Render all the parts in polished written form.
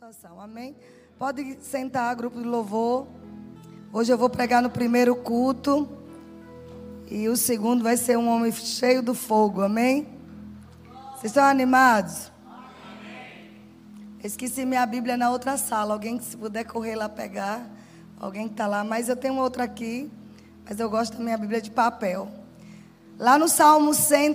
exaltação, amém? Pode sentar, grupo de louvor. Hoje eu vou pregar no primeiro culto. E o segundo vai ser um homem cheio do fogo, amém? Vocês estão animados? Esqueci minha Bíblia na outra sala. Alguém que se puder correr lá pegar. Alguém que está lá. Mas eu tenho outra aqui. Mas eu gosto da minha Bíblia de papel. Lá no Salmo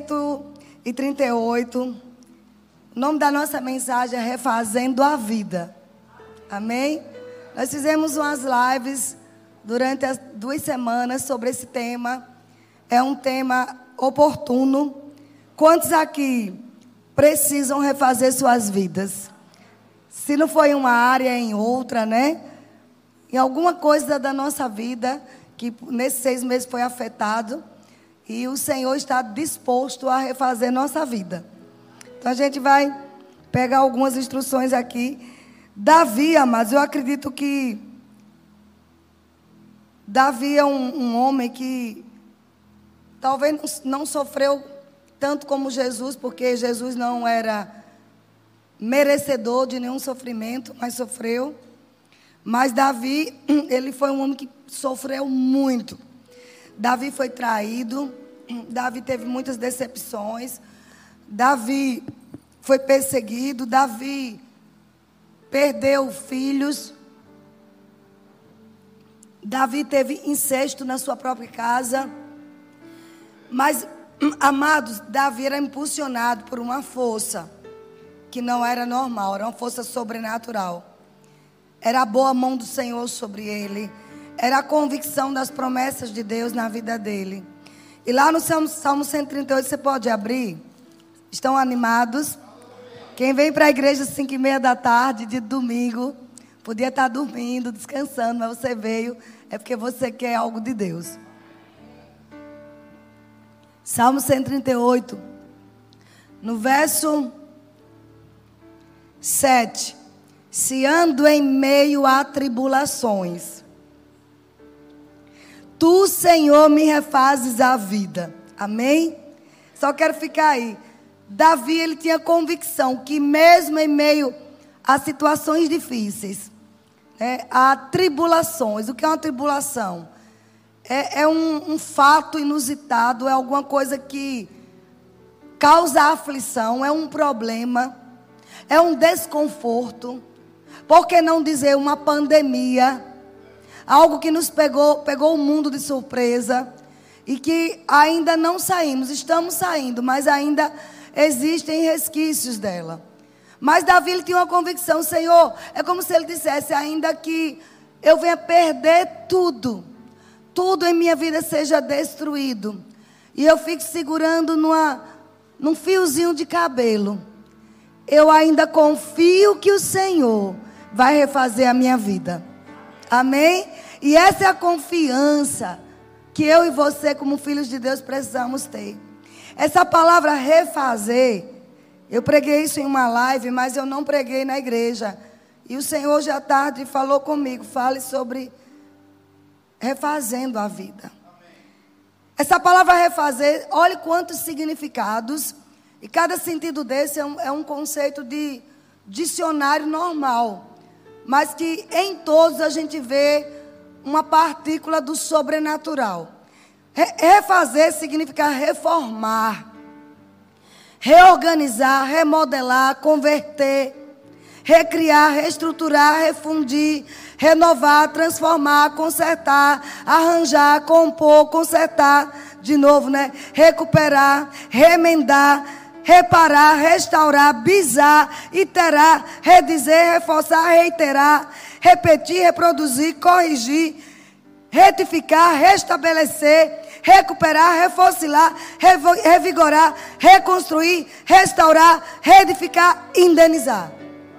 138... O nome da nossa mensagem é Refazendo a Vida. Amém? Nós fizemos umas lives durante as 2 semanas sobre esse tema. É um tema oportuno. Quantos aqui precisam refazer suas vidas? Se não foi em uma área, em outra, né? Em alguma coisa da nossa vida que nesses 6 meses foi afetado. E o Senhor está disposto a refazer nossa vida. Então a gente vai pegar algumas instruções aqui. Davi, amados, eu acredito que Davi é um homem que talvez não sofreu tanto como Jesus, porque Jesus não era merecedor de nenhum sofrimento, mas sofreu. Mas Davi, ele foi um homem que sofreu muito. Davi foi traído, Davi teve muitas decepções. Davi foi perseguido, Davi perdeu filhos, Davi teve incesto na sua própria casa. Mas, amados, Davi era impulsionado por uma força que não era normal, era uma força sobrenatural. Era a boa mão do Senhor sobre ele, era a convicção das promessas de Deus na vida dele. E lá no Salmo 138, você pode abrir? Estão animados? Quem vem para a igreja às 5:30 da tarde, de domingo, podia estar dormindo, descansando, mas você veio, é porque você quer algo de Deus. Salmo 138, no verso 7. Se ando em meio a tribulações, Tu, Senhor, me refazes a vida. Amém? Só quero ficar aí. Davi, ele tinha convicção que mesmo em meio a situações difíceis, a tribulações. O que é uma tribulação? É um fato inusitado, é alguma coisa que causa aflição, é um problema, é um desconforto. Por que não dizer uma pandemia? Algo que nos pegou o mundo de surpresa e que ainda não saímos. Estamos saindo, mas ainda existem resquícios dela. Mas Davi, ele tinha uma convicção, Senhor, é como se ele dissesse, ainda que eu venha perder tudo, tudo em minha vida seja destruído, e eu fico segurando num fiozinho de cabelo, eu ainda confio que o Senhor vai refazer a minha vida. Amém? E essa é a confiança que eu e você, como filhos de Deus, precisamos ter. Essa palavra refazer, eu preguei isso em uma live, mas eu não preguei na igreja. E o Senhor hoje à tarde falou comigo, fale sobre refazendo a vida. Essa palavra refazer, olhe quantos significados, e cada sentido desse é um conceito de dicionário normal, mas que em todos a gente vê uma partícula do sobrenatural. Refazer significa reformar, reorganizar, remodelar, converter, recriar, reestruturar, refundir, renovar, transformar, consertar, arranjar, compor, consertar, de novo, recuperar, remendar, reparar, restaurar, bisar, iterar, redizer, reforçar, reiterar, repetir, reproduzir, corrigir, retificar, restabelecer, recuperar, reforçar, revigorar, reconstruir, restaurar, reedificar, indenizar.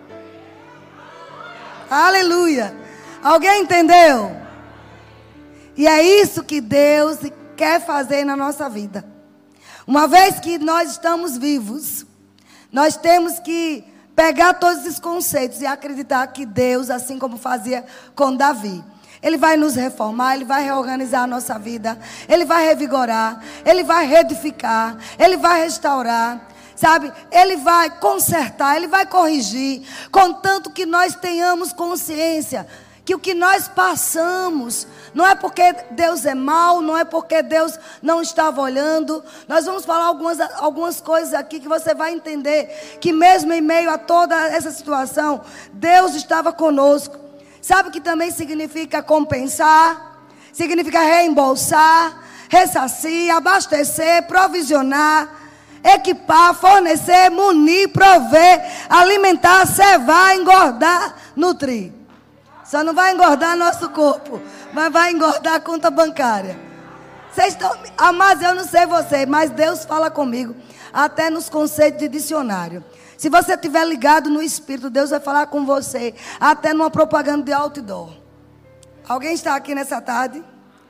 Aleluia! Alguém entendeu? E é isso que Deus quer fazer na nossa vida. Uma vez que nós estamos vivos, nós temos que pegar todos esses conceitos e acreditar que Deus, assim como fazia com Davi, Ele vai nos reformar, Ele vai reorganizar a nossa vida, Ele vai revigorar, Ele vai reedificar, Ele vai restaurar. Sabe, Ele vai consertar, Ele vai corrigir, contanto que nós tenhamos consciência que o que nós passamos não é porque Deus é mau, não é porque Deus não estava olhando. Nós vamos falar algumas coisas aqui que você vai entender que mesmo em meio a toda essa situação, Deus estava conosco. Sabe o que também significa compensar? Significa reembolsar, ressarcir, abastecer, provisionar, equipar, fornecer, munir, prover, alimentar, cevar, engordar, nutrir. Só não vai engordar nosso corpo, mas vai engordar a conta bancária. Vocês estão, amados, eu não sei você, mas Deus fala comigo, até nos conceitos de dicionário. Se você estiver ligado no Espírito, Deus vai falar com você, até numa propaganda de outdoor. Alguém está aqui nessa tarde?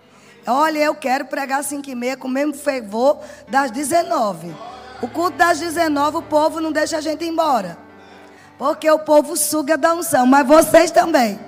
Olha, eu quero pregar 5h30 com o mesmo fervor das 19. O culto das 19, o povo não deixa a gente ir embora. Porque o povo suga da unção, mas vocês também.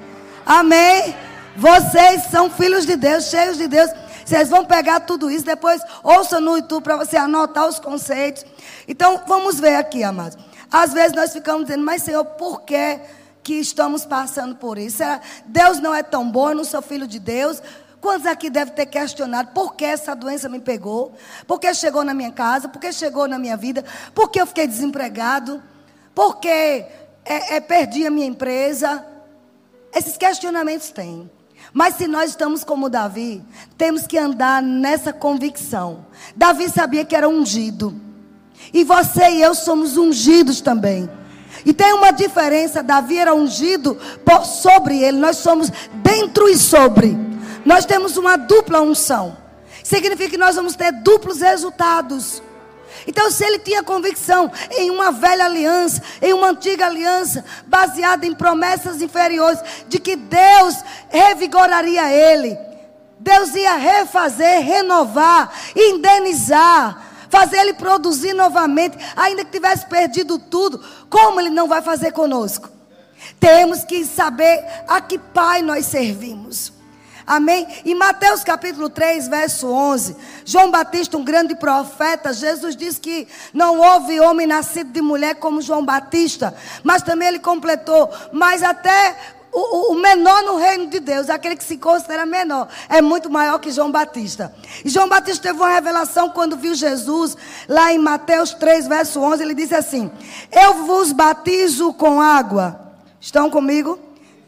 Amém? Vocês são filhos de Deus, cheios de Deus. Vocês vão pegar tudo isso, depois ouça no YouTube para você anotar os conceitos. Então, vamos ver aqui, amados. Às vezes nós ficamos dizendo, mas Senhor, por que estamos passando por isso? Deus não é tão bom, eu não sou filho de Deus. Quantos aqui devem ter questionado por que essa doença me pegou? Por que chegou na minha casa? Por que chegou na minha vida? Por que eu fiquei desempregado? Por que perdi a minha empresa? Esses questionamentos tem. Mas se nós estamos como Davi, temos que andar nessa convicção. Davi sabia que era ungido. E você e eu somos ungidos também. E tem uma diferença, Davi era ungido por sobre ele. Nós somos dentro e sobre. Nós temos uma dupla unção. Significa que nós vamos ter duplos resultados. Então, se ele tinha convicção em uma velha aliança, em uma antiga aliança, baseada em promessas inferiores, de que Deus revigoraria ele, Deus ia refazer, renovar, indenizar, fazer ele produzir novamente, ainda que tivesse perdido tudo, como ele não vai fazer conosco? Temos que saber a que Pai nós servimos. Amém? Em Mateus capítulo 3, verso 11, João Batista, um grande profeta, Jesus disse que não houve homem nascido de mulher como João Batista, mas também ele completou, mas até o menor no reino de Deus, aquele que se considera menor, é muito maior que João Batista. E João Batista teve uma revelação quando viu Jesus, lá em Mateus 3, verso 11, ele disse assim, eu vos batizo com água. Estão comigo?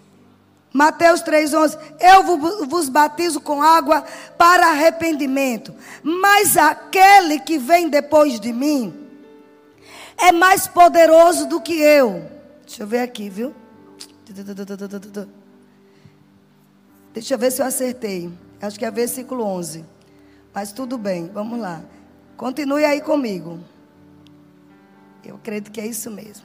Mateus 3,11, eu vos batizo com água para arrependimento, mas aquele que vem depois de mim é mais poderoso do que eu. Deixa eu ver aqui, viu? Deixa eu ver se eu acertei. Acho que é versículo 11. Mas tudo bem, vamos lá. Continue aí comigo. Eu acredito que é isso mesmo.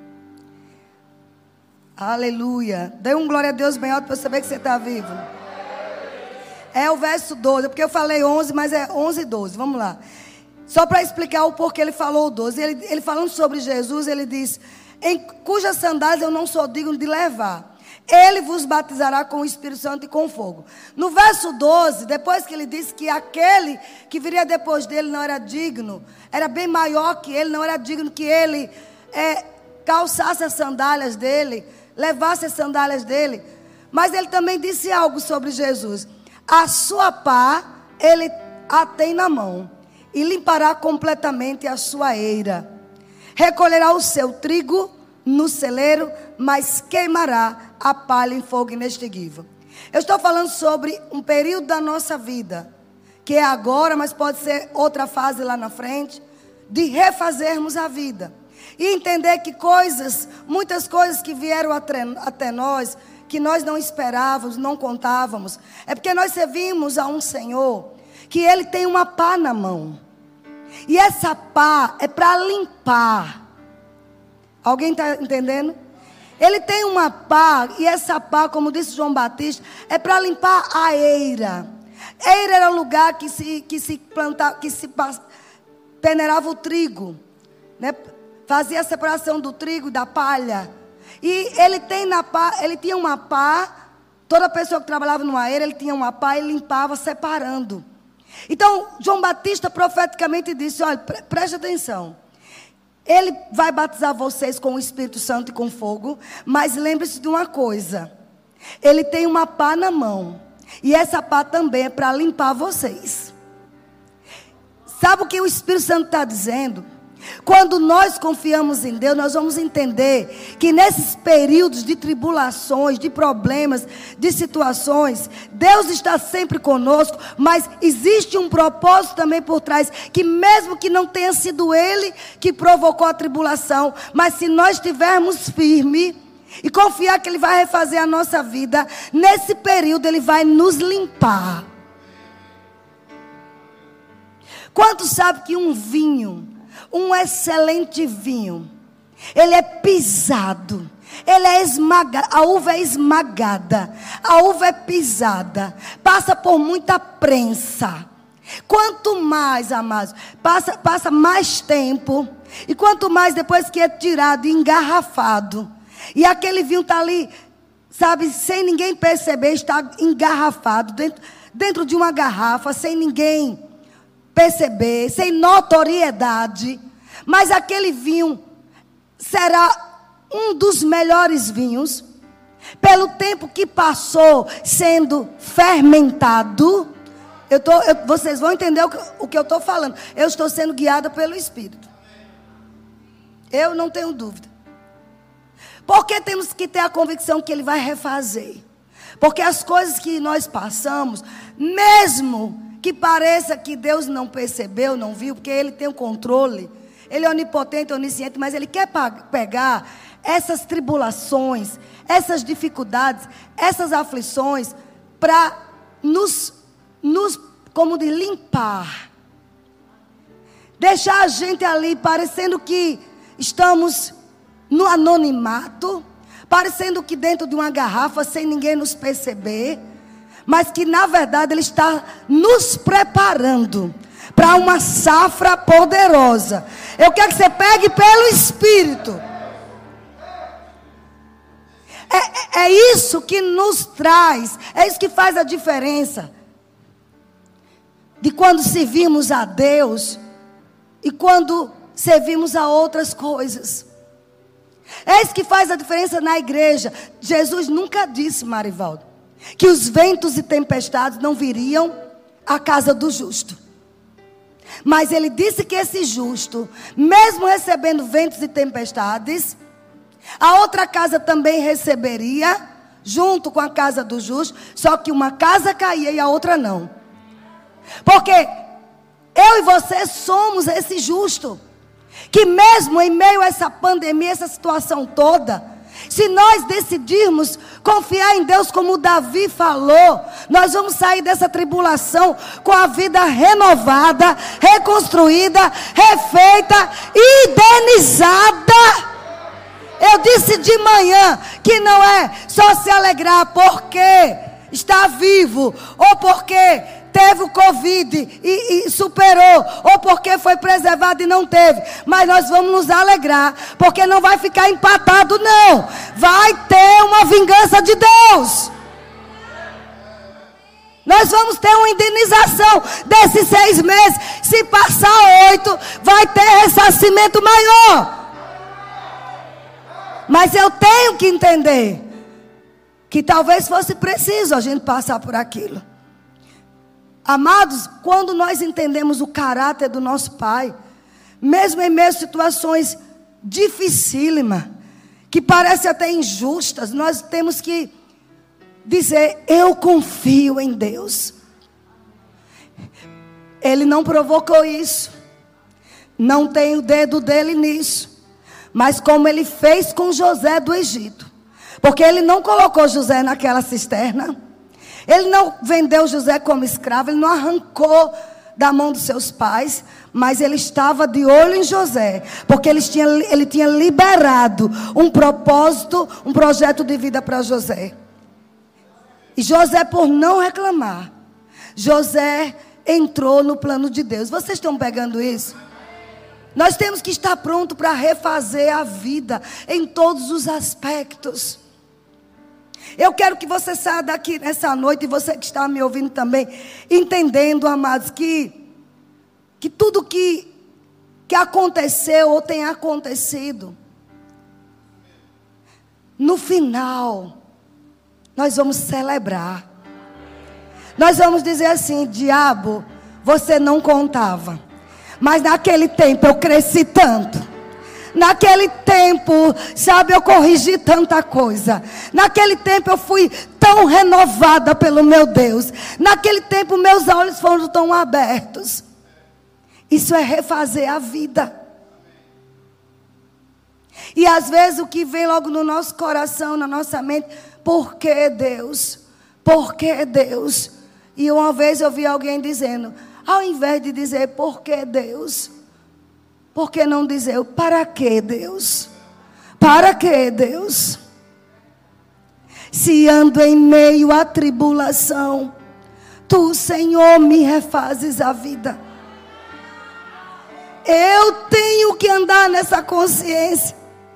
Aleluia. Dê um glória a Deus bem alto para saber que você está vivo. É o verso 12, porque eu falei 11, mas é 11 e 12. Vamos lá. Só para explicar o porquê ele falou o 12. Ele falando sobre Jesus, ele diz, em cujas sandálias eu não sou digno de levar. Ele vos batizará com o Espírito Santo e com fogo. No verso 12, depois que ele disse que aquele que viria depois dele não era digno, era bem maior que ele, não era digno que ele calçasse as sandálias dele, levasse as sandálias dele. Mas ele também disse algo sobre Jesus. A sua pá, ele a tem na mão, e limpará completamente a sua eira. Recolherá o seu trigo no celeiro, mas queimará a palha em fogo inextinguível. Eu estou falando sobre um período da nossa vida, que é agora, mas pode ser outra fase lá na frente, de refazermos a vida. E entender que muitas coisas que vieram até nós, que nós não esperávamos, não contávamos, é porque nós servimos a um Senhor, que Ele tem uma pá na mão. E essa pá é para limpar. Alguém está entendendo? Ele tem uma pá, e essa pá, como disse João Batista, é para limpar a eira. Eira era o lugar que se plantava, que se peneirava o trigo, né? Fazia a separação do trigo e da palha. E ele tinha uma pá. Toda pessoa que trabalhava numa eira, ele tinha uma pá e limpava separando. Então, João Batista profeticamente disse, olha, preste atenção. Ele vai batizar vocês com o Espírito Santo e com fogo. Mas lembre-se de uma coisa. Ele tem uma pá na mão. E essa pá também é para limpar vocês. Sabe o que o Espírito Santo está dizendo? Quando nós confiamos em Deus, nós vamos entender que nesses períodos de tribulações, de problemas, de situações, Deus está sempre conosco, mas existe um propósito também por trás, que mesmo que não tenha sido Ele que provocou a tribulação, mas se nós estivermos firmes e confiar que Ele vai refazer a nossa vida, nesse período Ele vai nos limpar. Quantos sabem que um vinho, um excelente vinho, ele é pisado, ele é esmagado, a uva é esmagada, a uva é pisada, passa por muita prensa. Quanto mais, amados, passa mais tempo, e quanto mais depois que é tirado e engarrafado, e aquele vinho está ali, sabe, sem ninguém perceber, está engarrafado dentro de uma garrafa, sem ninguém perceber, sem notoriedade, mas aquele vinho será um dos melhores vinhos, pelo tempo que passou sendo fermentado. Vocês vão entender o que eu estou falando. Eu estou sendo guiada pelo Espírito. Eu não tenho dúvida. Porque temos que ter a convicção que Ele vai refazer. Porque as coisas que nós passamos, mesmo que pareça que Deus não percebeu, não viu, porque Ele tem o controle, Ele é onipotente, onisciente, mas Ele quer pegar essas tribulações, essas dificuldades, essas aflições, para nos como de limpar, deixar a gente ali parecendo que estamos no anonimato, parecendo que dentro de uma garrafa, sem ninguém nos perceber, mas que na verdade Ele está nos preparando para uma safra poderosa. Eu quero que você pegue pelo Espírito. É isso que nos traz, é isso que faz a diferença de quando servimos a Deus e quando servimos a outras coisas. É isso que faz a diferença na igreja. Jesus nunca disse, Marivaldo, que os ventos e tempestades não viriam à casa do justo. Mas Ele disse que esse justo, mesmo recebendo ventos e tempestades, a outra casa também receberia, junto com a casa do justo, só que uma casa caía e a outra não. Porque eu e você somos esse justo, que mesmo em meio a essa pandemia, essa situação toda, se nós decidirmos confiar em Deus como Davi falou, nós vamos sair dessa tribulação com a vida renovada, reconstruída, refeita, indenizada. Eu disse de manhã que não é só se alegrar porque está vivo, ou porque teve o Covid e superou, ou porque foi preservado e não teve. Mas nós vamos nos alegrar, porque não vai ficar empatado não. Vai ter uma vingança de Deus. Nós vamos ter uma indenização desses 6 meses. Se passar 8, vai ter ressarcimento maior. Mas eu tenho que entender que talvez fosse preciso a gente passar por aquilo. Amados, quando nós entendemos o caráter do nosso Pai, mesmo em meio a situações dificílimas, que parecem até injustas, nós temos que dizer: eu confio em Deus. Ele não provocou isso, não tem o dedo dele nisso, mas como Ele fez com José do Egito, porque Ele não colocou José naquela cisterna, Ele não vendeu José como escravo, Ele não arrancou da mão dos seus pais, mas Ele estava de olho em José, porque Ele tinha liberado um propósito, um projeto de vida para José. E José, por não reclamar, José entrou no plano de Deus. Vocês estão pegando isso? Nós temos que estar pronto para refazer a vida em todos os aspectos. Eu quero que você saia daqui nessa noite, e você que está me ouvindo também, entendendo, amados, que tudo que que aconteceu ou tenha acontecido, no final, nós vamos celebrar. Nós vamos dizer assim: diabo, você não contava, mas naquele tempo eu cresci tanto. Naquele tempo, sabe, eu corrigi tanta coisa. Naquele tempo eu fui tão renovada pelo meu Deus. Naquele tempo meus olhos foram tão abertos. Isso é refazer a vida. E às vezes o que vem logo no nosso coração, na nossa mente: por que Deus? Por que Deus? E uma vez eu vi alguém dizendo, ao invés de dizer por que Deus, por que não dizer para que Deus? Para que Deus? Se ando em meio à tribulação, tu, Senhor, me refazes a vida. Eu tenho que andar nessa consciência.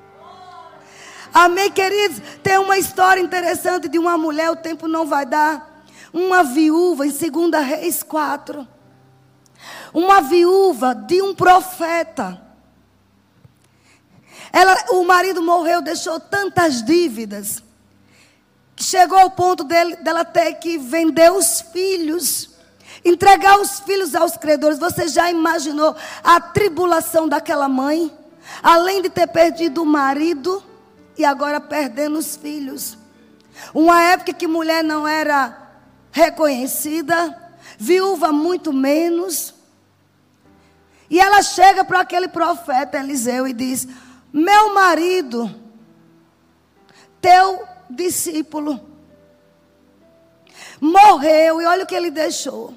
Amém, queridos? Tem uma história interessante de uma mulher, o tempo não vai dar. Uma viúva, em 2 Reis 4. Uma viúva de um profeta. O marido morreu, deixou tantas dívidas, que chegou ao ponto dela ter que vender os filhos, entregar os filhos aos credores. Você já imaginou a tribulação daquela mãe? Além de ter perdido o marido e agora perdendo os filhos. Uma época que mulher não era reconhecida, viúva muito menos. E ela chega para aquele profeta Eliseu e diz: meu marido, teu discípulo, morreu, e olha o que ele deixou.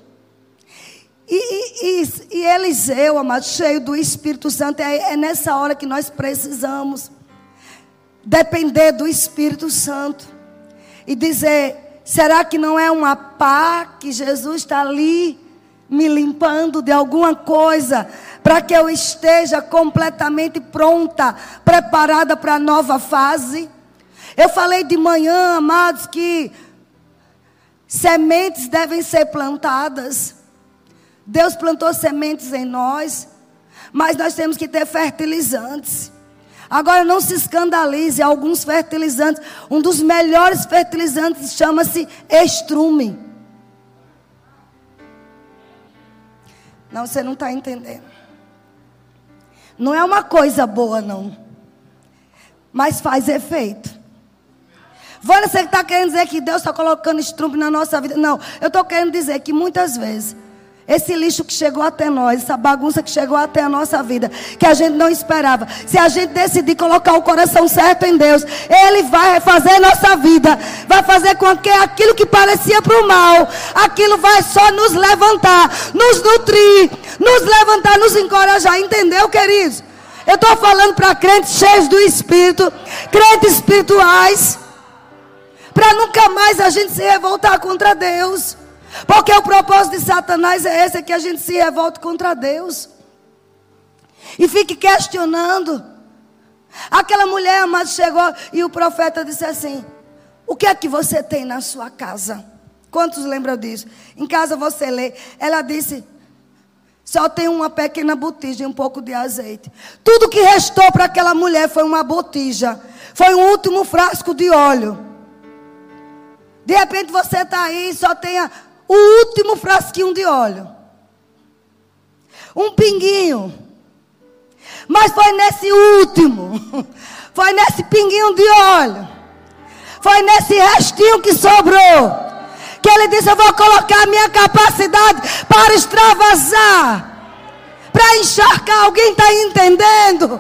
E Eliseu, amado, cheio do Espírito Santo, é nessa hora que nós precisamos depender do Espírito Santo e dizer: será que não é uma pá que Jesus está ali me limpando de alguma coisa, para que eu esteja completamente pronta, preparada para a nova fase? Eu falei de manhã, amados, que sementes devem ser plantadas. Deus plantou sementes em nós, mas nós temos que ter fertilizantes. Agora não se escandalize, alguns fertilizantes, um dos melhores fertilizantes chama-se estrume. Não, você não está entendendo. Não é uma coisa boa, não. Mas faz efeito. Você está querendo dizer que Deus está colocando estrume na nossa vida? Não, eu estou querendo dizer que muitas vezes esse lixo que chegou até nós, essa bagunça que chegou até a nossa vida, que a gente não esperava, se a gente decidir colocar o coração certo em Deus, Ele vai refazer nossa vida. Vai fazer com que aquilo que parecia para o mal, aquilo vai só nos levantar, nos nutrir, nos levantar, nos encorajar. Entendeu, queridos? Eu estou falando para crentes cheios do Espírito, crentes espirituais, para nunca mais a gente se revoltar contra Deus. Porque o propósito de Satanás é esse, é que a gente se revolte contra Deus e fique questionando. Aquela mulher, amada, chegou e o profeta disse assim: o que é que você tem na sua casa? Quantos lembram disso? Em casa você lê. Ela disse: só tem uma pequena botija e um pouco de azeite. Tudo que restou para aquela mulher foi uma botija, foi um último frasco de óleo. De repente você está aí e só tem o último frasquinho de óleo, um pinguinho. Mas foi nesse último, foi nesse pinguinho de óleo, foi nesse restinho que sobrou, que ele disse: eu vou colocar a minha capacidade para extravasar, para encharcar. Alguém está entendendo?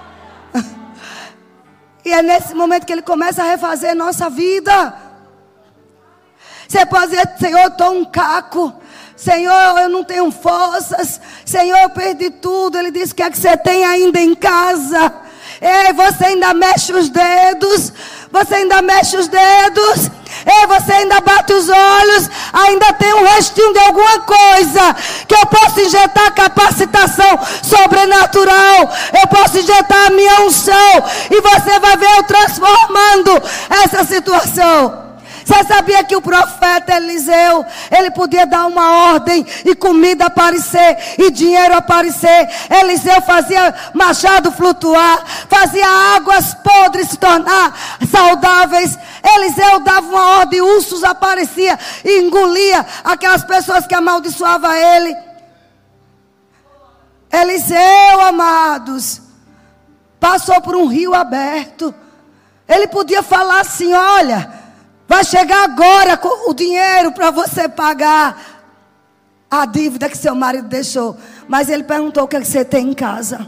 E é nesse momento que ele começa a refazer nossa vida. Você pode dizer: Senhor, eu estou um caco. Senhor, eu não tenho forças. Senhor, eu perdi tudo. Ele diz: o que é que você tem ainda em casa? Ei, você ainda mexe os dedos. Você ainda mexe os dedos. Ei, você ainda bate os olhos. Ainda tem um restinho de alguma coisa que eu posso injetar capacitação sobrenatural. Eu posso injetar a minha unção. E você vai ver eu transformando essa situação. Você sabia que o profeta Eliseu, ele podia dar uma ordem e comida aparecer e dinheiro aparecer. Eliseu fazia machado flutuar, fazia águas podres se tornar saudáveis. Eliseu dava uma ordem, ursos aparecia e engolia aquelas pessoas que amaldiçoavam ele. Eliseu, amados, passou por um rio aberto. Ele podia falar assim: olha, vai chegar agora o dinheiro para você pagar a dívida que seu marido deixou. Mas ele perguntou: o que você tem em casa?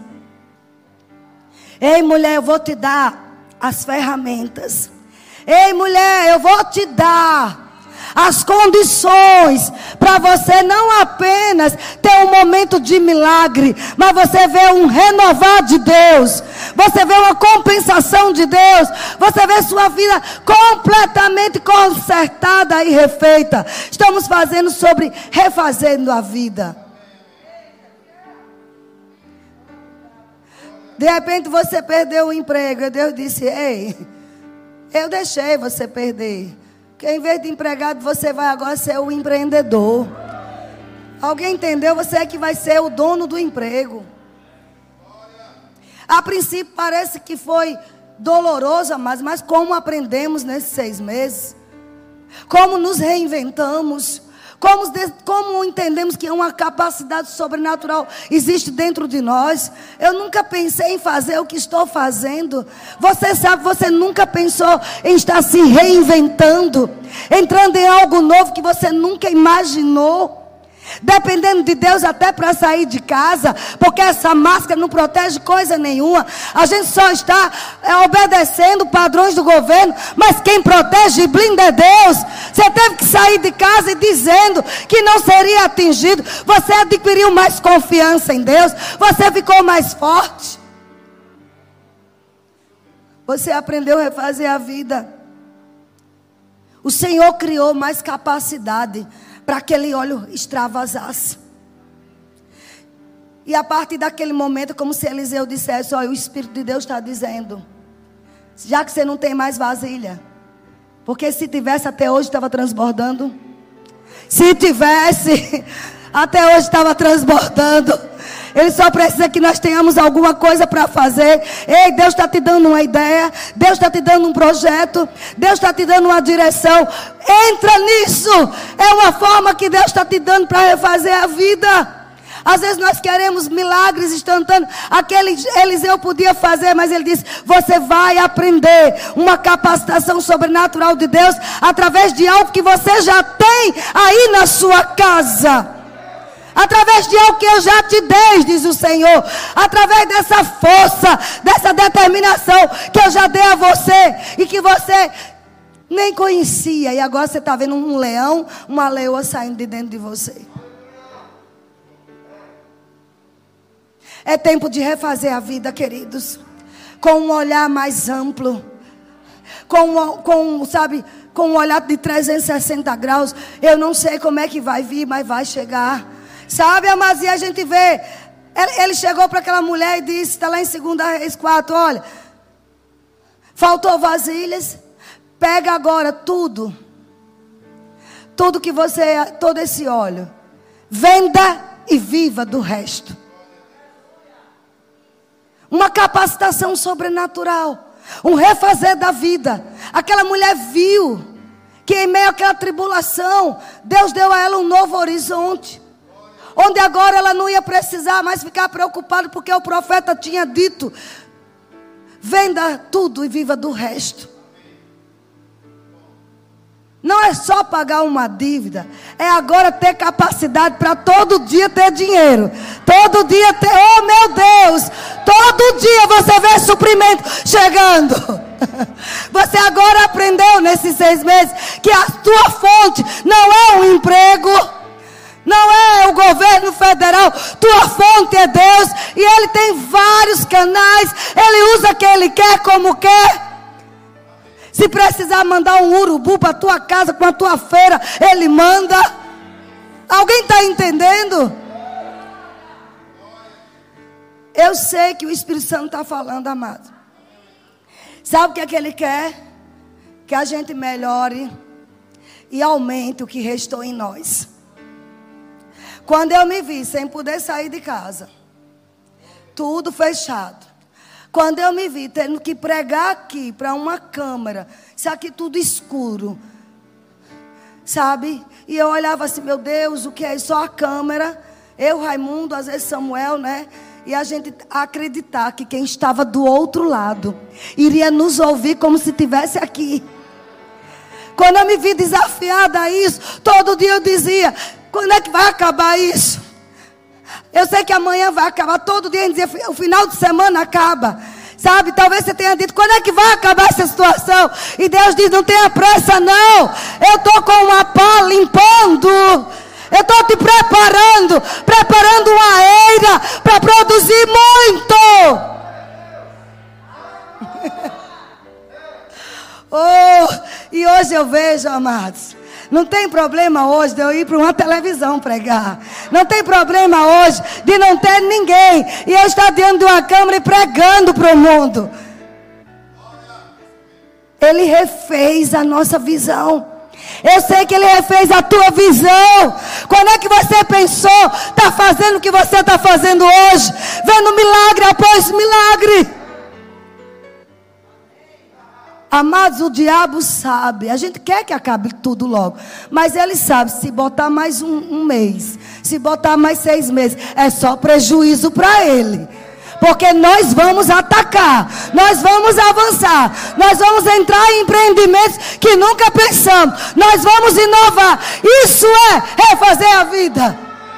Ei, mulher, eu vou te dar as ferramentas. Ei, mulher, eu vou te dar as condições para você não apenas ter um momento de milagre, mas você vê um renovar de Deus, você vê uma compensação de Deus, você vê sua vida completamente consertada e refeita. Estamos fazendo sobre refazendo a vida. De repente você perdeu o emprego e Deus disse: ei, eu deixei você perder. Que em vez de empregado, você vai agora ser o empreendedor. Alguém entendeu? Você é que vai ser o dono do emprego. A princípio parece que foi doloroso, mas como aprendemos nesses 6 meses? Como nos reinventamos? Como entendemos que uma capacidade sobrenatural existe dentro de nós? Eu nunca pensei em fazer o que estou fazendo. Você sabe, você nunca pensou em estar se reinventando, entrando em algo novo que você nunca imaginou, dependendo de Deus até para sair de casa, porque essa máscara não protege coisa nenhuma. A gente só está obedecendo padrões do governo, mas quem protege e blinda é Deus. Você teve que sair de casa e dizendo que não seria atingido. Você adquiriu mais confiança em Deus, você ficou mais forte, você aprendeu a refazer a vida. O Senhor criou mais capacidade para aquele óleo extravasasse. E a partir daquele momento, como se Eliseu dissesse: olha, o Espírito de Deus está dizendo, já que você não tem mais vasilha, porque se tivesse até hoje estava transbordando. Se tivesse, até hoje estava transbordando. Ele só precisa que nós tenhamos alguma coisa para fazer. Ei, Deus está te dando uma ideia, Deus está te dando um projeto, Deus está te dando uma direção. Entra nisso. É uma forma que Deus está te dando para refazer a vida. Às vezes nós queremos milagres instantâneos. Aquele Eliseu podia fazer, mas ele disse: você vai aprender uma capacitação sobrenatural de Deus através de algo que você já tem aí na sua casa. Através de algo que eu já te dei, diz o Senhor. Através dessa força, dessa determinação que eu já dei a você e que você nem conhecia. E agora você está vendo um leão, uma leoa saindo de dentro de você. É tempo de refazer a vida, queridos, com um olhar mais amplo, com um olhar de 360 graus. Eu não sei como é que vai vir, mas vai chegar. Sabe, amados, e a gente vê, ele chegou para aquela mulher e disse, está lá em 2 Reis 4, olha, faltou vasilhas, pega agora tudo que você, todo esse óleo, venda e viva do resto. Uma capacitação sobrenatural, um refazer da vida. Aquela mulher viu que em meio àquela tribulação, Deus deu a ela um novo horizonte, onde agora ela não ia precisar mais ficar preocupada, porque o profeta tinha dito: venda tudo e viva do resto. Não é só pagar uma dívida, é agora ter capacidade para todo dia ter dinheiro, todo dia ter, oh meu Deus, todo dia você vê suprimento chegando. Você agora aprendeu nesses 6 meses que a tua fonte não é um emprego, não é o governo federal, tua fonte é Deus, e Ele tem vários canais, Ele usa quem Ele quer, como quer. Se precisar mandar um urubu para a tua casa com a tua feira, Ele manda. Alguém está entendendo? Eu sei que o Espírito Santo está falando, amado. Sabe o que é que Ele quer? Que a gente melhore e aumente o que restou em nós. Quando eu me vi sem poder sair de casa, tudo fechado. Quando eu me vi tendo que pregar aqui para uma câmera, isso aqui tudo escuro, sabe? E eu olhava assim, meu Deus, o que é isso? Só a câmera, eu, Raimundo, às vezes Samuel, né? E a gente acreditar que quem estava do outro lado iria nos ouvir como se estivesse aqui. Quando eu me vi desafiada a isso, todo dia eu dizia, quando é que vai acabar isso? Eu sei que amanhã vai acabar, todo dia a gente dizia, o final de semana acaba. Sabe, talvez você tenha dito, quando é que vai acabar essa situação? E Deus diz, não tenha pressa não. Eu estou com uma pá limpando. Eu estou te preparando uma eira para produzir muito. Oh, e hoje eu vejo, amados, não tem problema hoje de eu ir para uma televisão pregar. Não tem problema hoje de não ter ninguém e eu estar diante de uma câmera e pregando para o mundo. Ele refez a nossa visão. Eu sei que Ele refez a tua visão. Quando é que você pensou está fazendo o que você está fazendo hoje? Vendo milagre após milagre. Amados, o diabo sabe. A gente quer que acabe tudo logo. Mas ele sabe, se botar mais um mês, se botar mais 6 meses, é só prejuízo para ele. Porque nós vamos atacar, nós vamos avançar, nós vamos entrar em empreendimentos que nunca pensamos, nós vamos inovar. Isso é refazer a vida.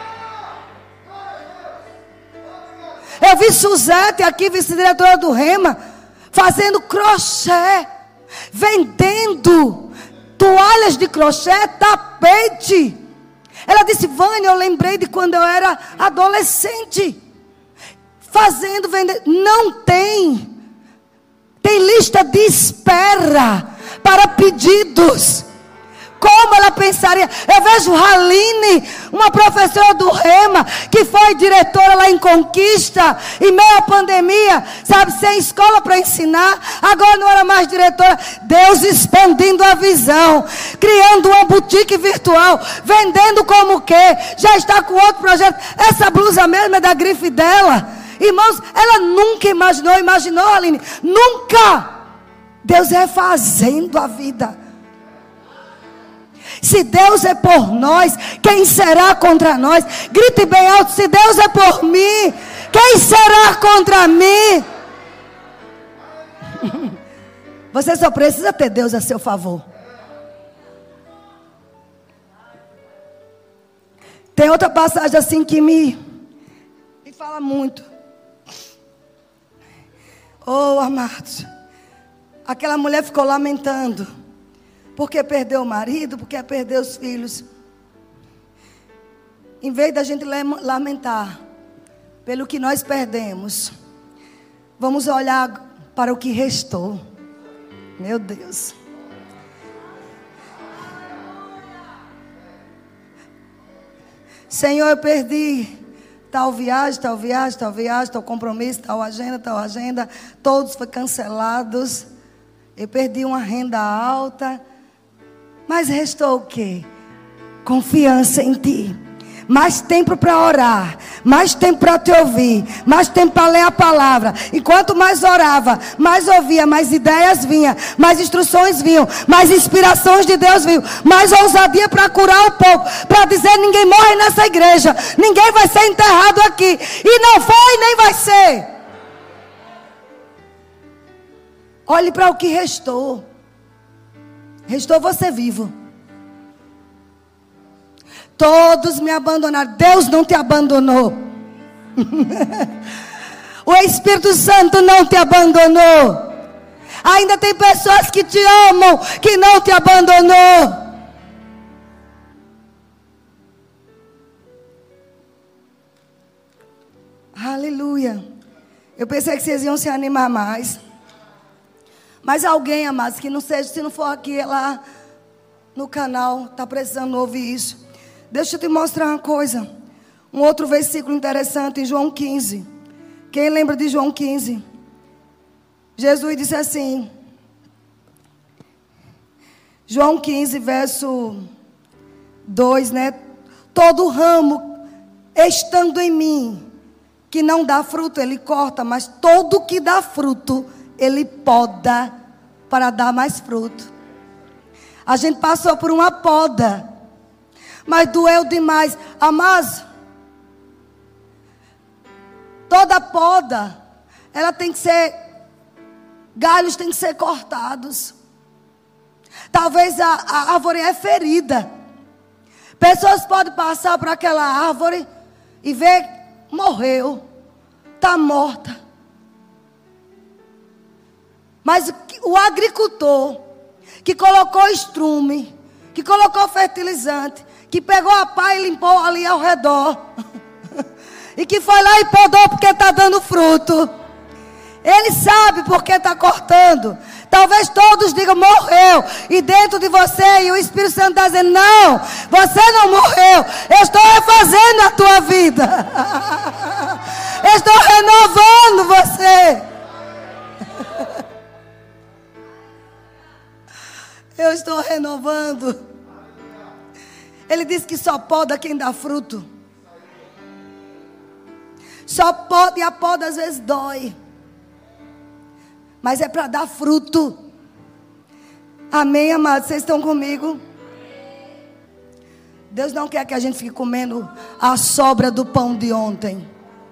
Eu vi Suzete aqui, vice-diretora do Rema, fazendo crochê, vendendo toalhas de crochê, tapete. Ela disse, Vânia, eu lembrei de quando eu era adolescente. Fazendo, vendendo, não tem lista de espera para pedidos. Como ela pensaria? Eu vejo Haline, uma professora do Rema, que foi diretora lá em Conquista, em meio à pandemia, sabe, sem escola para ensinar, agora não era mais diretora. Deus expandindo a visão, criando uma boutique virtual, vendendo como que, já está com outro projeto. Essa blusa mesmo é da grife dela. Irmãos, ela nunca imaginou, Aline? Nunca! Deus é fazendo a vida. Se Deus é por nós, quem será contra nós? Grite bem alto, se Deus é por mim, quem será contra mim? Você só precisa ter Deus a seu favor. Tem outra passagem assim que me fala muito. Oh, amados, aquela mulher ficou lamentando, porque perdeu o marido, porque perdeu os filhos. Em vez da gente lamentar pelo que nós perdemos, vamos olhar para o que restou. Meu Deus. Senhor, eu perdi tal viagem, tal compromisso, tal agenda, todos foram cancelados. Eu perdi uma renda alta, mas restou o quê? Confiança em Ti. Mais tempo para orar, mais tempo para te ouvir, mais tempo para ler a palavra. E quanto mais orava, mais ouvia, mais ideias vinham, mais instruções vinham, mais inspirações de Deus vinham, mais ousadia para curar o povo, para dizer, ninguém morre nessa igreja, ninguém vai ser enterrado aqui. E não foi nem vai ser. Olhe para o que restou. Restou você vivo. Todos me abandonaram. Deus não te abandonou. O Espírito Santo não te abandonou. Ainda tem pessoas que te amam, que não te abandonou. Aleluia. Eu pensei que vocês iam se animar mais. Mas alguém, amados, que não seja, se não for aqui, lá no canal, está precisando ouvir isso. Deixa eu te mostrar uma coisa. Um outro versículo interessante em João 15. Quem lembra de João 15? Jesus disse assim. João 15, verso 2, né? Todo ramo estando em mim, que não dá fruto, ele corta, mas todo que dá fruto, ele poda para dar mais fruto. A gente passou por uma poda, mas doeu demais. Amados, toda poda, ela tem que ser, galhos têm que ser cortados. Talvez a árvore é ferida. Pessoas podem passar por aquela árvore e ver, morreu, está morta. Mas o agricultor que colocou estrume, que colocou fertilizante, que pegou a pá e limpou ali ao redor, e que foi lá e podou porque está dando fruto, ele sabe porque está cortando. Talvez todos digam, morreu, e dentro de você, e o Espírito Santo está dizendo, não, você não morreu, eu estou refazendo a tua vida, eu estou renovando você, eu estou renovando. Ele disse que só poda quem dá fruto, só poda, e a poda às vezes dói, mas é para dar fruto. Amém, amados? Vocês estão comigo? Deus não quer que a gente fique comendo a sobra do pão de ontem.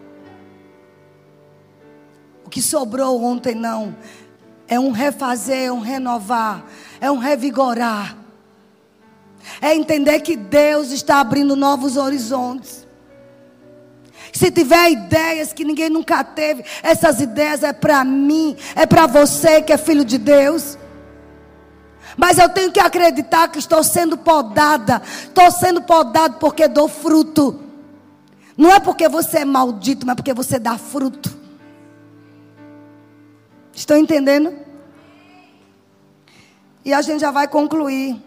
O que sobrou ontem não. É um refazer, é um renovar, é um revigorar. É entender que Deus está abrindo novos horizontes. Se tiver ideias que ninguém nunca teve, essas ideias é para mim, é para você que é filho de Deus. Mas eu tenho que acreditar que estou sendo podada. Estou sendo podado porque dou fruto. Não é porque você é maldito, mas porque você dá fruto. Estão entendendo? E a gente já vai concluir.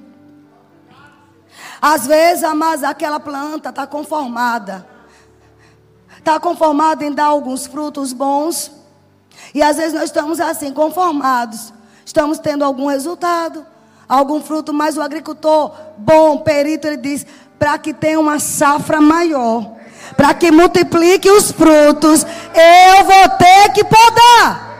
Às vezes, amados, aquela planta está conformada. Está conformado em dar alguns frutos bons. E às vezes nós estamos assim, conformados. Estamos tendo algum resultado, algum fruto. Mas o agricultor bom, perito, ele diz, para que tenha uma safra maior, para que multiplique os frutos, eu vou ter que podar.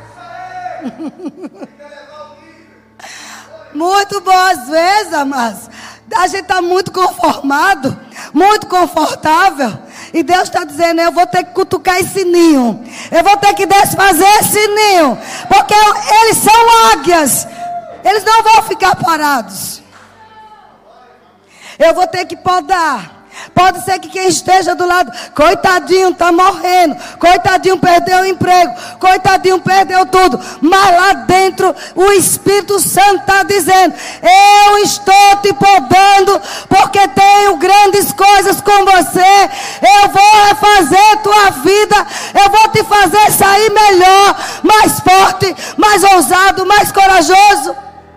Muito boas vezes, amados, a gente está muito conformado, muito confortável. E Deus está dizendo, eu vou ter que cutucar esse ninho. Eu vou ter que desfazer esse ninho. Porque eles são águias. Eles não vão ficar parados. Eu vou ter que podar. Pode ser que quem esteja do lado, coitadinho, está morrendo, coitadinho, perdeu o emprego, coitadinho, perdeu tudo. Mas lá dentro o Espírito Santo está dizendo, eu estou te podando, porque tenho grandes coisas com você. Eu vou refazer tua vida, eu vou te fazer sair melhor, mais forte, mais ousado, mais corajoso.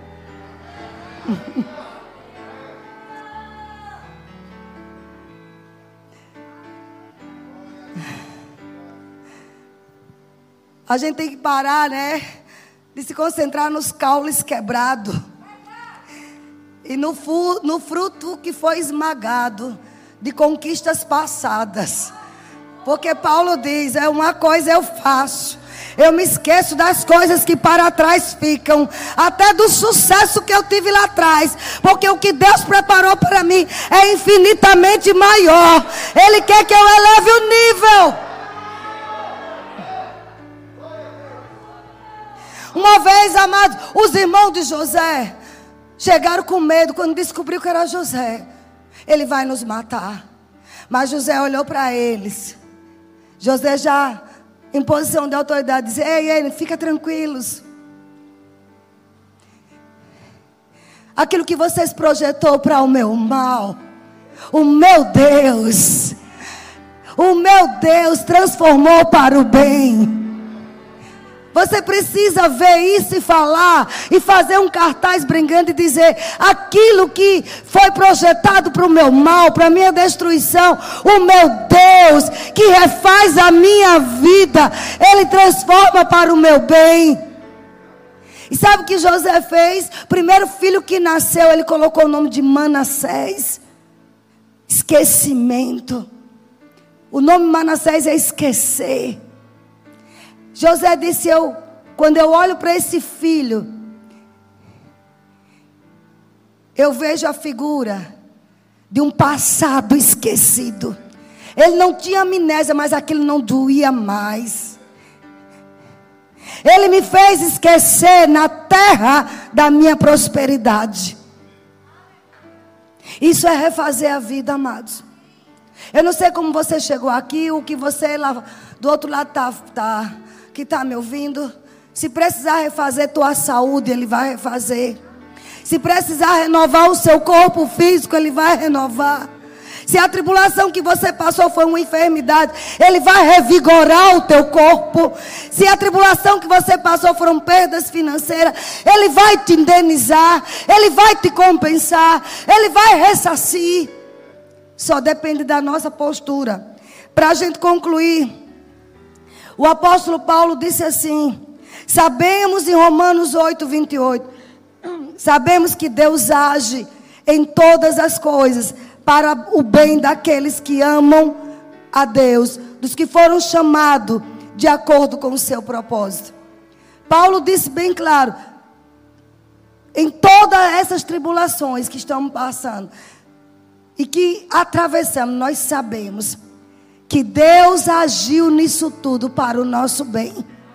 A gente tem que parar, né? De se concentrar nos caules quebrados. E no fruto que foi esmagado. De conquistas passadas. Porque Paulo diz, uma coisa eu faço. Eu me esqueço das coisas que para trás ficam. Até do sucesso que eu tive lá atrás. Porque o que Deus preparou para mim é infinitamente maior. Ele quer que eu eleve o nível. Uma vez, amados, os irmãos de José chegaram com medo quando descobriu que era José. Ele vai nos matar. Mas José olhou para eles. José já em posição de autoridade disse, ei, fica tranquilos. Aquilo que vocês projetou para o meu mal, o meu Deus transformou para o bem. Você precisa ver isso e falar, e fazer um cartaz brincando e dizer, aquilo que foi projetado para o meu mal, para a minha destruição, o meu Deus, que refaz a minha vida, Ele transforma para o meu bem. E sabe o que José fez? Primeiro filho que nasceu, ele colocou o nome de Manassés. Esquecimento. O nome Manassés é esquecer. José disse, quando eu olho para esse filho, eu vejo a figura de um passado esquecido. Ele não tinha amnésia, mas aquilo não doía mais. Ele me fez esquecer na terra da minha prosperidade. Isso é refazer a vida, amados. Eu não sei como você chegou aqui, o que você lá do outro lado que está me ouvindo. Se precisar refazer tua saúde, Ele vai refazer. Se precisar renovar o seu corpo físico, Ele vai renovar. Se a tribulação que você passou foi uma enfermidade, Ele vai revigorar o teu corpo. Se a tribulação que você passou foram perdas financeiras, Ele vai te indenizar, Ele vai te compensar, Ele vai ressarcir. Só depende da nossa postura. Para a gente concluir, o apóstolo Paulo disse assim: sabemos em Romanos 8:28, sabemos que Deus age em todas as coisas para o bem daqueles que amam a Deus, dos que foram chamados de acordo com o seu propósito. Paulo disse bem claro, em todas essas tribulações que estamos passando e que atravessamos, nós sabemos que Deus agiu nisso tudo para o nosso bem.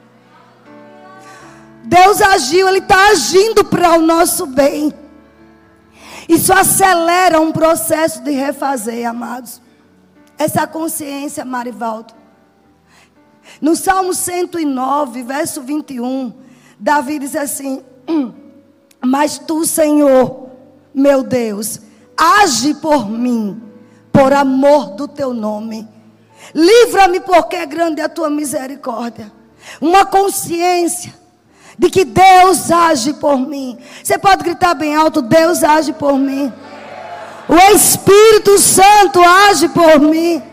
Deus agiu, Ele está agindo para o nosso bem. Isso acelera um processo de refazer, amados. Essa consciência, Marivaldo. No Salmo 109, verso 21, Davi diz assim: mas tu, Senhor, meu Deus, age por mim, por amor do teu nome. Livra-me, porque é grande a tua misericórdia. Uma consciência de que Deus age por mim. Você pode gritar bem alto: Deus age por mim. O Espírito Santo age por mim.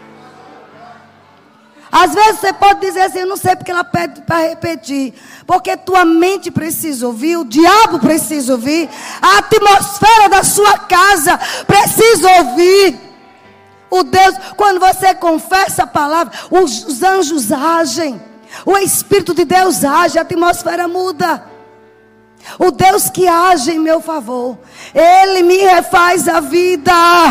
Às vezes você pode dizer assim: eu não sei porque ela pede para repetir. Porque tua mente precisa ouvir, o diabo precisa ouvir, a atmosfera da sua casa precisa ouvir. O Deus, quando você confessa a palavra, os anjos agem. O Espírito de Deus age, a atmosfera muda. O Deus que age em meu favor, Ele me refaz a vida.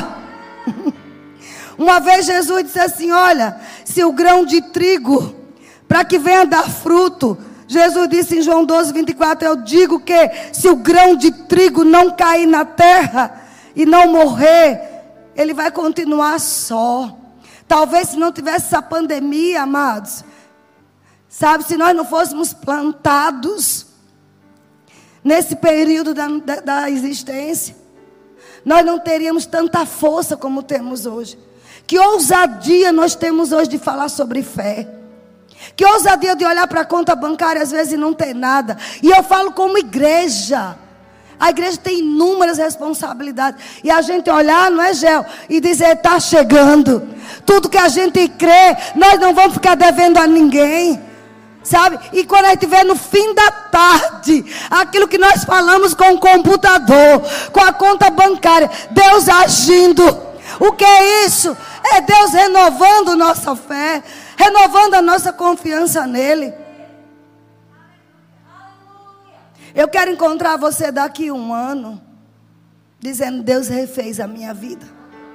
Uma vez Jesus disse assim: olha, se o grão de trigo, para que venha dar fruto, Jesus disse em João 12:24, eu digo que se o grão de trigo não cair na terra e não morrer, ele vai continuar só. Talvez se não tivesse essa pandemia, amados, sabe, se nós não fôssemos plantados nesse período da existência, nós não teríamos tanta força como temos hoje. Que ousadia nós temos hoje de falar sobre fé. Que ousadia de olhar para a conta bancária às vezes e não ter nada. E eu falo como igreja. A igreja tem inúmeras responsabilidades. E a gente olhar, não é, Gel? E dizer: está chegando. Tudo que a gente crê, nós não vamos ficar devendo a ninguém. Sabe? E quando a gente vê no fim da tarde, aquilo que nós falamos com o computador, com a conta bancária, Deus agindo. O que é isso? É Deus renovando nossa fé, renovando a nossa confiança nele. Eu quero encontrar você daqui a um ano, dizendo: Deus refez a minha vida.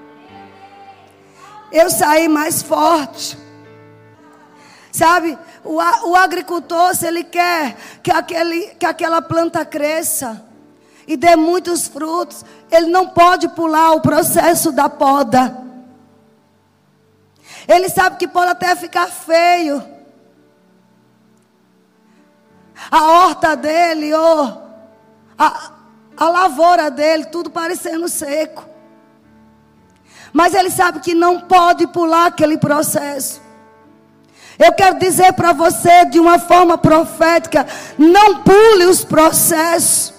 Eu saí mais forte. Sabe, o agricultor, se ele quer que aquela planta cresça e dê muitos frutos, ele não pode pular o processo da poda. Ele sabe que pode até ficar feio a horta dele, ou a lavoura dele, tudo parecendo seco. Mas ele sabe que não pode pular aquele processo. Eu quero dizer para você de uma forma profética: não pule os processos.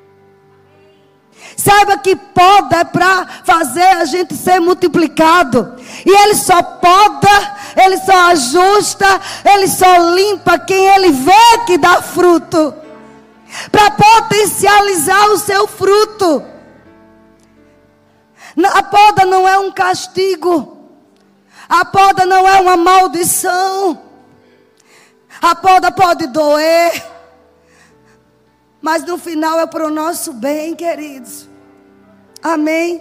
Saiba que poda é para fazer a gente ser multiplicado. E Ele só poda, Ele só ajusta, Ele só limpa quem Ele vê que dá fruto. para potencializar o seu fruto. A poda não é um castigo. A poda não é uma maldição. A poda pode doer, mas no final é para o nosso bem, queridos. Amém?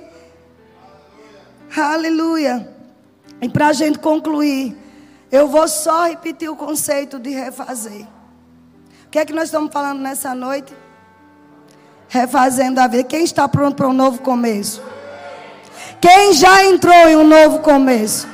Aleluia. E para a gente concluir, eu vou só repetir o conceito de refazer. O que é que nós estamos falando nessa noite? Refazendo a vida. Quem está pronto para um novo começo? Quem já entrou em um novo começo?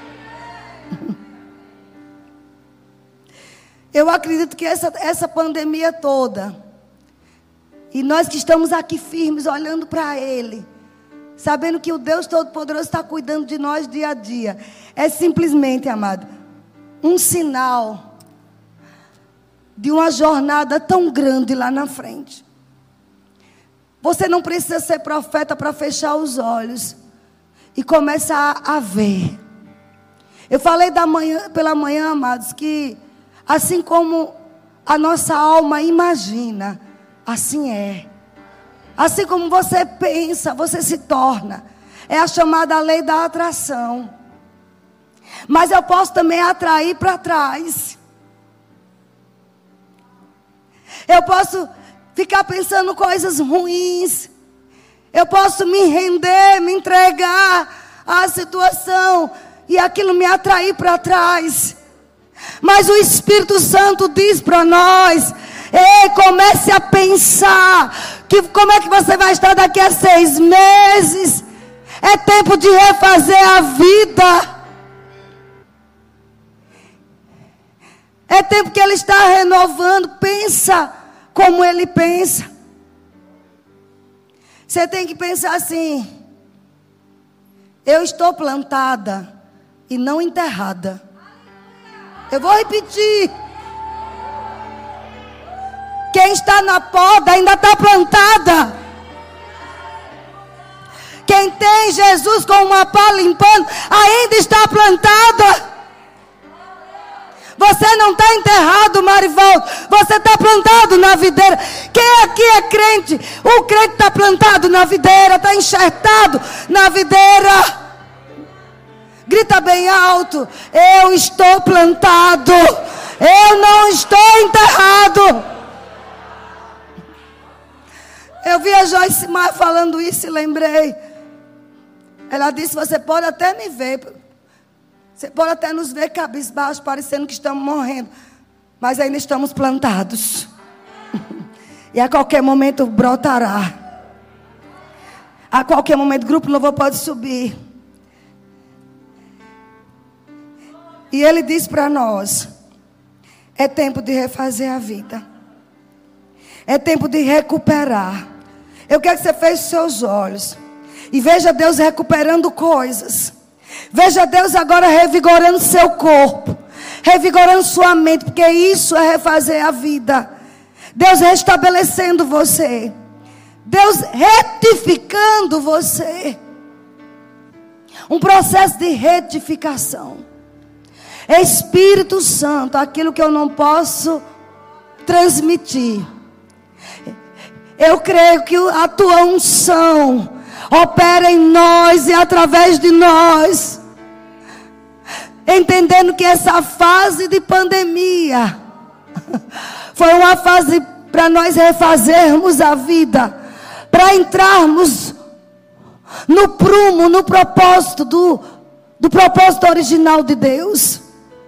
Eu acredito que essa pandemia toda, e nós que estamos aqui firmes, olhando para Ele, sabendo que o Deus Todo-Poderoso está cuidando de nós dia a dia, é simplesmente, amado, um sinal de uma jornada tão grande lá na frente. Você não precisa ser profeta para fechar os olhos e começar a ver. Eu falei pela manhã, amados, que assim como a nossa alma imagina, assim é. Assim como você pensa, você se torna. É a chamada lei da atração. Mas eu posso também atrair para trás. Eu posso ficar pensando coisas ruins. Eu posso me render, me entregar à situação e aquilo me atrair para trás. Mas o Espírito Santo diz para nós: ei, comece a pensar que como é que você vai estar daqui a 6 meses. É tempo de refazer a vida. É tempo que Ele está renovando. Pensa como Ele pensa. Você tem que pensar assim: eu estou plantada e não enterrada. Eu vou repetir. Quem está na poda ainda está plantada. Quem tem Jesus com uma pá limpando ainda está plantada. Você não está enterrado, Marivaldo. Você está plantado na videira. Quem aqui é crente? O crente está plantado na videira, está enxertado na videira. Grita bem alto: eu estou plantado. Eu não estou enterrado. Eu vi a Joyce Meyer falando isso e lembrei. Ela disse: você pode até me ver. Você pode até nos ver cabisbaixo, parecendo que estamos morrendo. Mas ainda estamos plantados. E a qualquer momento brotará. A qualquer momento o grupo louvor pode subir. E Ele diz para nós: é tempo de refazer a vida. É tempo de recuperar. Eu quero que você feche seus olhos e veja Deus recuperando coisas. Veja Deus agora revigorando seu corpo, revigorando sua mente, porque isso é refazer a vida. Deus restabelecendo você, Deus retificando você. Um processo de retificação. Espírito Santo, aquilo que eu não posso transmitir, eu creio que a tua unção opera em nós e através de nós. Entendendo que essa fase de pandemia foi uma fase para nós refazermos a vida, para entrarmos no prumo, no propósito do propósito original de Deus.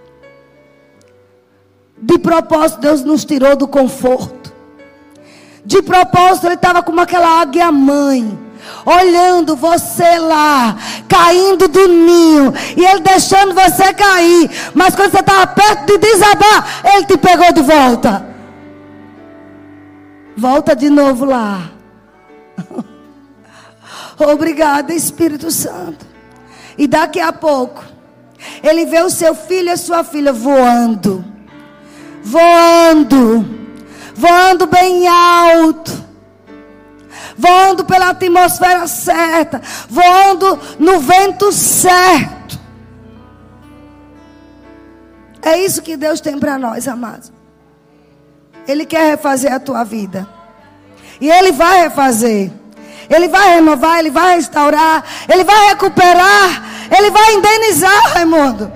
De propósito, Deus nos tirou do conforto. De propósito, Ele estava como aquela águia mãe, olhando você lá, caindo do ninho, e Ele deixando você cair. Mas quando você estava perto de desabar, Ele te pegou de volta. Volta de novo lá. Obrigada, Espírito Santo. E daqui a pouco Ele vê o seu filho e a sua filha voando. Voando bem alto, voando pela atmosfera certa, voando no vento certo. É isso que Deus tem para nós, amados. Ele quer refazer a tua vida. E Ele vai refazer. Ele vai renovar, Ele vai restaurar, Ele vai recuperar, Ele vai indenizar, Raimundo.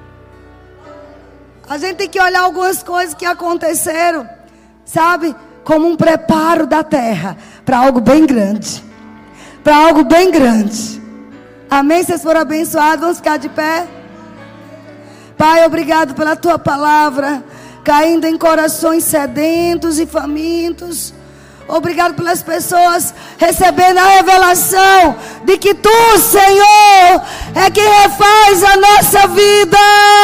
A gente tem que olhar algumas coisas que aconteceram, sabe? Como um preparo da terra para algo bem grande. Para algo bem grande. Amém? Vocês foram abençoados, vamos ficar de pé. Pai, obrigado pela tua palavra, caindo em corações sedentos e famintos. Obrigado pelas pessoas recebendo a revelação de que Tu, Senhor, é quem refaz a nossa vida.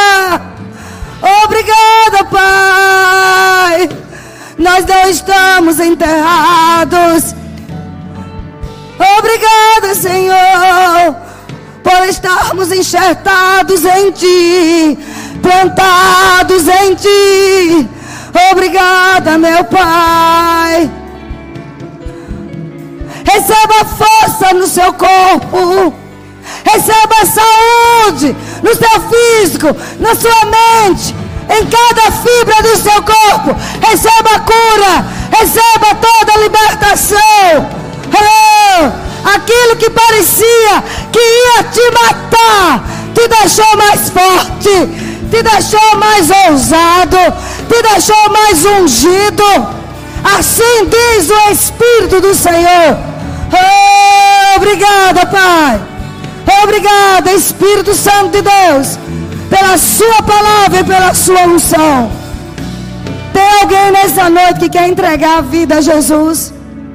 Obrigada, Pai. Nós não estamos enterrados. Obrigada, Senhor, por estarmos enxertados em Ti, plantados em Ti. Obrigada, meu Pai. Receba força no seu corpo. Receba saúde no seu físico, na sua mente, em cada fibra do seu corpo. Receba cura. Receba toda a libertação. Oh, aquilo que parecia que ia te matar, te deixou mais forte, te deixou mais ousado, te deixou mais ungido. Assim diz o Espírito do Senhor. Oh, obrigada, Pai. Obrigada, Espírito Santo de Deus, pela Sua palavra e pela Sua unção. Tem alguém nessa noite que quer entregar a vida a Jesus?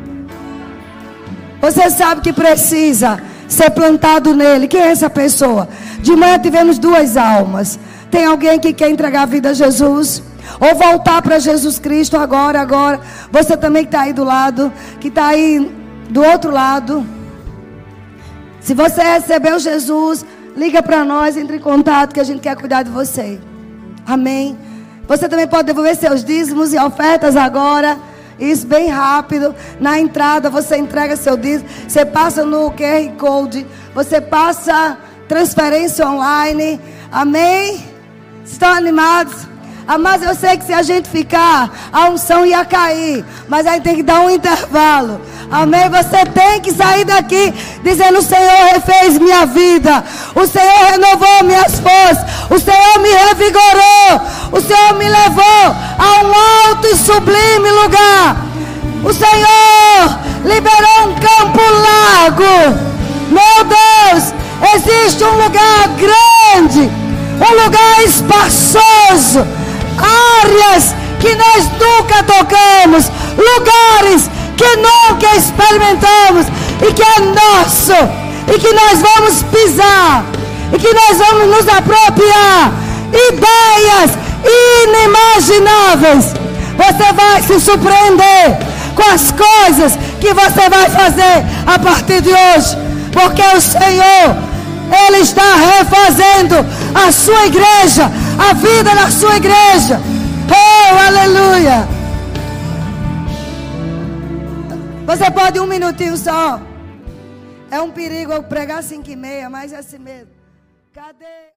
Você sabe que precisa ser plantado nele. Quem é essa pessoa? De manhã tivemos 2 almas. Tem alguém que quer entregar a vida a Jesus? Ou voltar para Jesus Cristo agora. Você também que está aí do lado, que está aí do outro lado. Se você recebeu Jesus, liga para nós, entre em contato que a gente quer cuidar de você. Amém? Você também pode devolver seus dízimos e ofertas agora. Isso bem rápido. Na entrada você entrega seu dízimo. Você passa no QR Code. Você passa transferência online. Amém? Estão animados? Mas eu sei que se a gente ficar, a unção ia cair. Mas aí tem que dar um intervalo. Amém? Você tem que sair daqui dizendo: o Senhor refez minha vida. O Senhor renovou minhas forças. O Senhor me revigorou. O Senhor me levou a um alto e sublime lugar. O Senhor liberou um campo largo. Meu Deus, existe um lugar grande, um lugar espaçoso, áreas que nós nunca tocamos, lugares que nunca experimentamos e que é nosso, e que nós vamos pisar, e que nós vamos nos apropriar. Ideias inimagináveis. Você vai se surpreender com as coisas que você vai fazer a partir de hoje, porque o Senhor, Ele está refazendo a sua igreja, a vida da sua igreja. Oh, aleluia. Você pode 1 minutinho só. É um perigo eu pregar 5h30, mas é assim mesmo. Cadê?